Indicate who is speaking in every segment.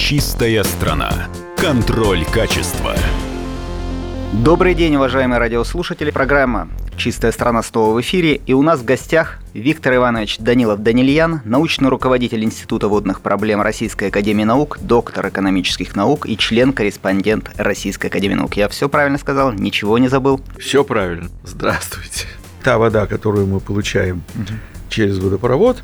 Speaker 1: Чистая страна. Контроль качества.
Speaker 2: Добрый день, уважаемые радиослушатели. Программа «Чистая страна» снова в эфире. И у нас в гостях Виктор Иванович Данилов-Данильян, научный руководитель Института водных проблем Российской академии наук, доктор экономических наук и член-корреспондент Российской академии наук. Я все правильно сказал? Ничего не забыл?
Speaker 3: Все правильно. Здравствуйте. Та вода, которую мы получаем через водопровод,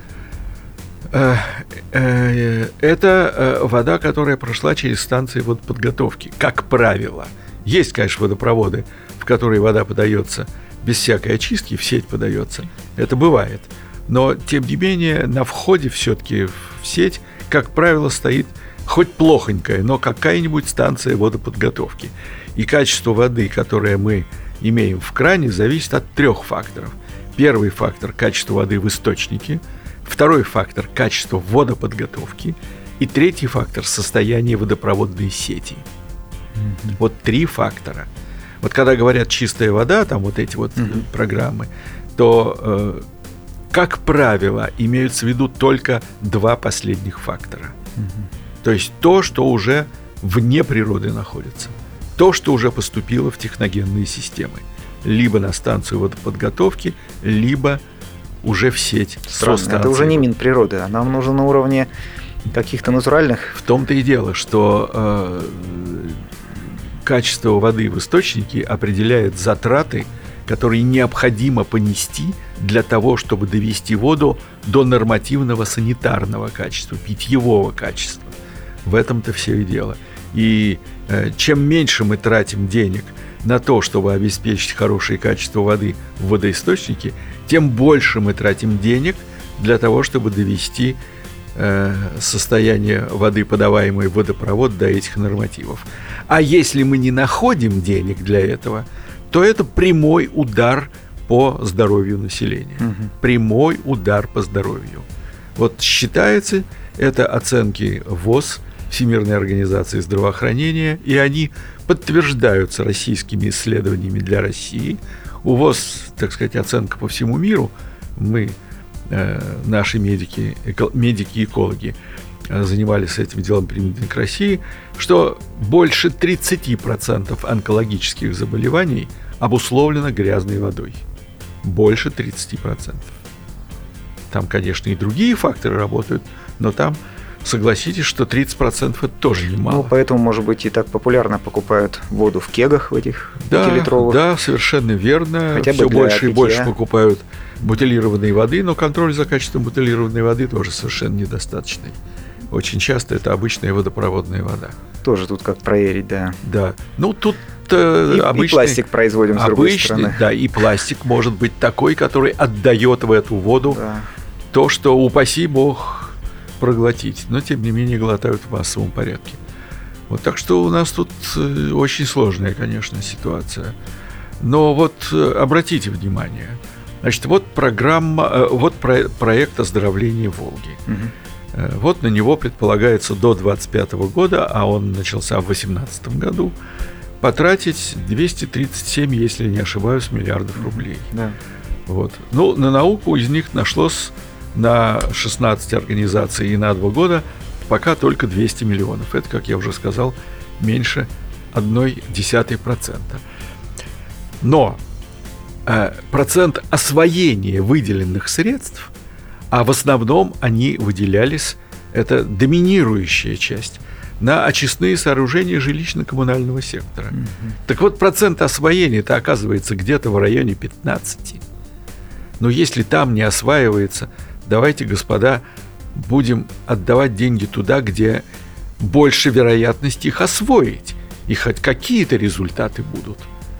Speaker 3: это вода, которая прошла через станции водоподготовки, как правило. Есть, конечно, водопроводы, в которые вода подается без всякой очистки, в сеть подается. Это бывает. Но, тем не менее, на входе все-таки в сеть, как правило, стоит хоть плохонькая, но какая-нибудь станция водоподготовки. И качество воды, которое мы имеем в кране, зависит от 3 факторов. Первый фактор – качество воды в источнике. Второй фактор – качество водоподготовки. И третий фактор – состояние водопроводной сети. Вот 3 фактора. Вот когда говорят «чистая вода», там вот эти вот программы, то, как правило, имеются в виду только 2 последних фактора. То есть то, что уже вне природы находится. То, что уже поступило в техногенные системы. Либо на станцию водоподготовки, либо уже в сеть.
Speaker 2: Странно, это уже не Минприроды, а нам нужно на уровне каких-то натуральных.
Speaker 3: В том-то и дело, что качество воды в источнике определяет затраты, которые необходимо понести для того, чтобы довести воду до нормативного санитарного качества, питьевого качества. В этом-то все и дело. И чем меньше мы тратим денег на то, чтобы обеспечить хорошее качество воды в водоисточнике, тем больше мы тратим денег для того, чтобы довести состояние воды, подаваемой в водопровод, до этих нормативов. А если мы не находим денег для этого, то это прямой удар по здоровью населения. Прямой удар по здоровью. Вот считается, это оценки ВОЗ, Всемирной организации здравоохранения, и они подтверждаются российскими исследованиями для России. У ВОЗ, так сказать, оценка по всему миру. Мы, наши медики-экологи, занимались этим делом применительно к России, что больше 30% онкологических заболеваний обусловлено грязной водой. Больше 30%. Там, конечно, и другие факторы работают, но там, согласитесь, что 30% это тоже немало.
Speaker 2: Ну, поэтому, может быть, и так популярно покупают воду в кегах в этих 5-литровых.
Speaker 3: Да, совершенно верно.
Speaker 2: Хотя бы
Speaker 3: все больше
Speaker 2: питья.
Speaker 3: И больше покупают бутилированной воды, но контроль за качеством бутилированной воды тоже совершенно недостаточный. Очень часто это обычная водопроводная вода.
Speaker 2: Тоже тут как проверить, да.
Speaker 3: Да. Ну, тут
Speaker 2: и
Speaker 3: обычный...
Speaker 2: И пластик производим с другой стороны.
Speaker 3: Да, и пластик может быть такой, который отдает в эту воду то, что, упаси бог, проглотить. Но, тем не менее, глотают в массовом порядке. Вот, так что у нас тут очень сложная, конечно, ситуация. Но вот обратите внимание. Значит, вот программа, вот проект оздоровления Волги. Вот на него предполагается до 2025 года, а он начался в 2018 году, потратить 237, если не ошибаюсь, миллиардов рублей. Вот. Ну, на науку из них нашлось на 16 организаций и на 2 года пока только 200 миллионов. Это, как я уже сказал, меньше 0,1%. Но процент освоения выделенных средств, а в основном они выделялись, это доминирующая часть, на очистные сооружения жилищно-коммунального сектора. Так вот, процент освоения-то оказывается где-то в районе 15%. Но если там не осваивается, давайте, господа, будем отдавать деньги туда, где больше вероятность их освоить, и хоть какие-то результаты будут.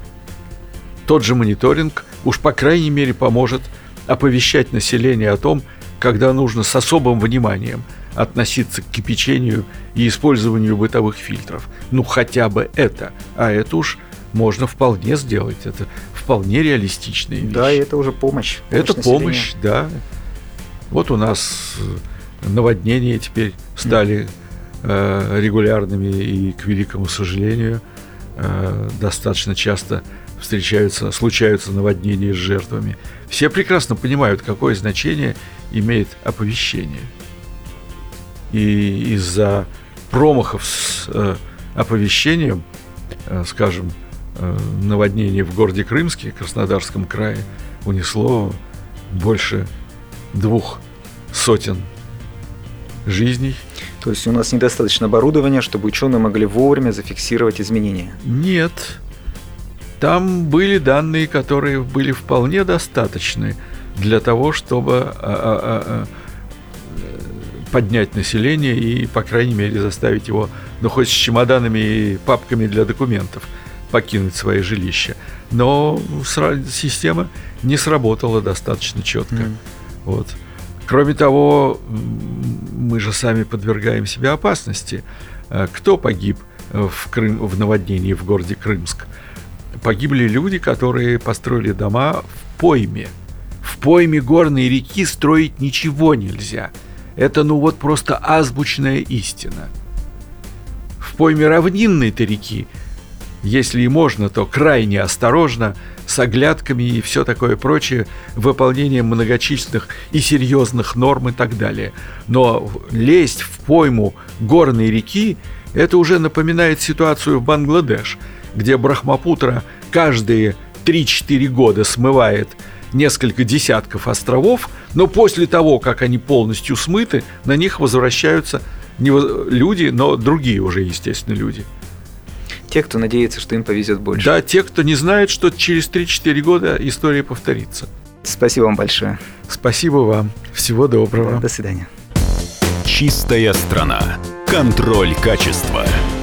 Speaker 3: Тот же мониторинг уж по крайней мере поможет оповещать население о том, когда нужно с особым вниманием относиться к кипячению и использованию бытовых фильтров. Ну, хотя бы это. А это уж можно вполне сделать. Это вполне реалистичные вещи.
Speaker 2: Да, и это уже помощь.
Speaker 3: Это помощь, да. Вот у нас наводнения теперь стали регулярными, и, к великому сожалению, достаточно часто случаются наводнения с жертвами. Все прекрасно понимают, какое значение имеет оповещение. И из-за промахов с оповещением, скажем, наводнение в городе Крымске, Краснодарском крае, унесло больше 200 жизней.
Speaker 2: То есть у нас недостаточно оборудования, чтобы ученые могли вовремя зафиксировать изменения?
Speaker 3: Нет. Там были данные, которые были вполне достаточны для того, чтобы поднять население и, по крайней мере, заставить его, хоть с чемоданами и папками для документов, покинуть свои жилища. Но система не сработала достаточно четко. Вот. Кроме того, мы же сами подвергаем себя опасности. Кто погиб в наводнении в городе Крымск? Погибли люди, которые построили дома в пойме. В пойме горной реки строить ничего нельзя. Это просто азбучная истина. В пойме равнинной-то реки, если и можно, то крайне осторожно, с оглядками и все такое прочее, выполнением многочисленных и серьезных норм и так далее. Но лезть в пойму горной реки, это уже напоминает ситуацию в Бангладеш, где Брахмапутра каждые 3-4 года смывает несколько десятков островов, но после того, как они полностью смыты, на них возвращаются не люди, но другие уже, естественно, люди.
Speaker 2: Те, кто надеется, что им повезет больше.
Speaker 3: Да, те, кто не знает, что через 3-4 года история повторится.
Speaker 2: Спасибо вам большое.
Speaker 3: Спасибо вам. Всего доброго.
Speaker 2: До свидания.
Speaker 1: Чистая страна. Контроль качества.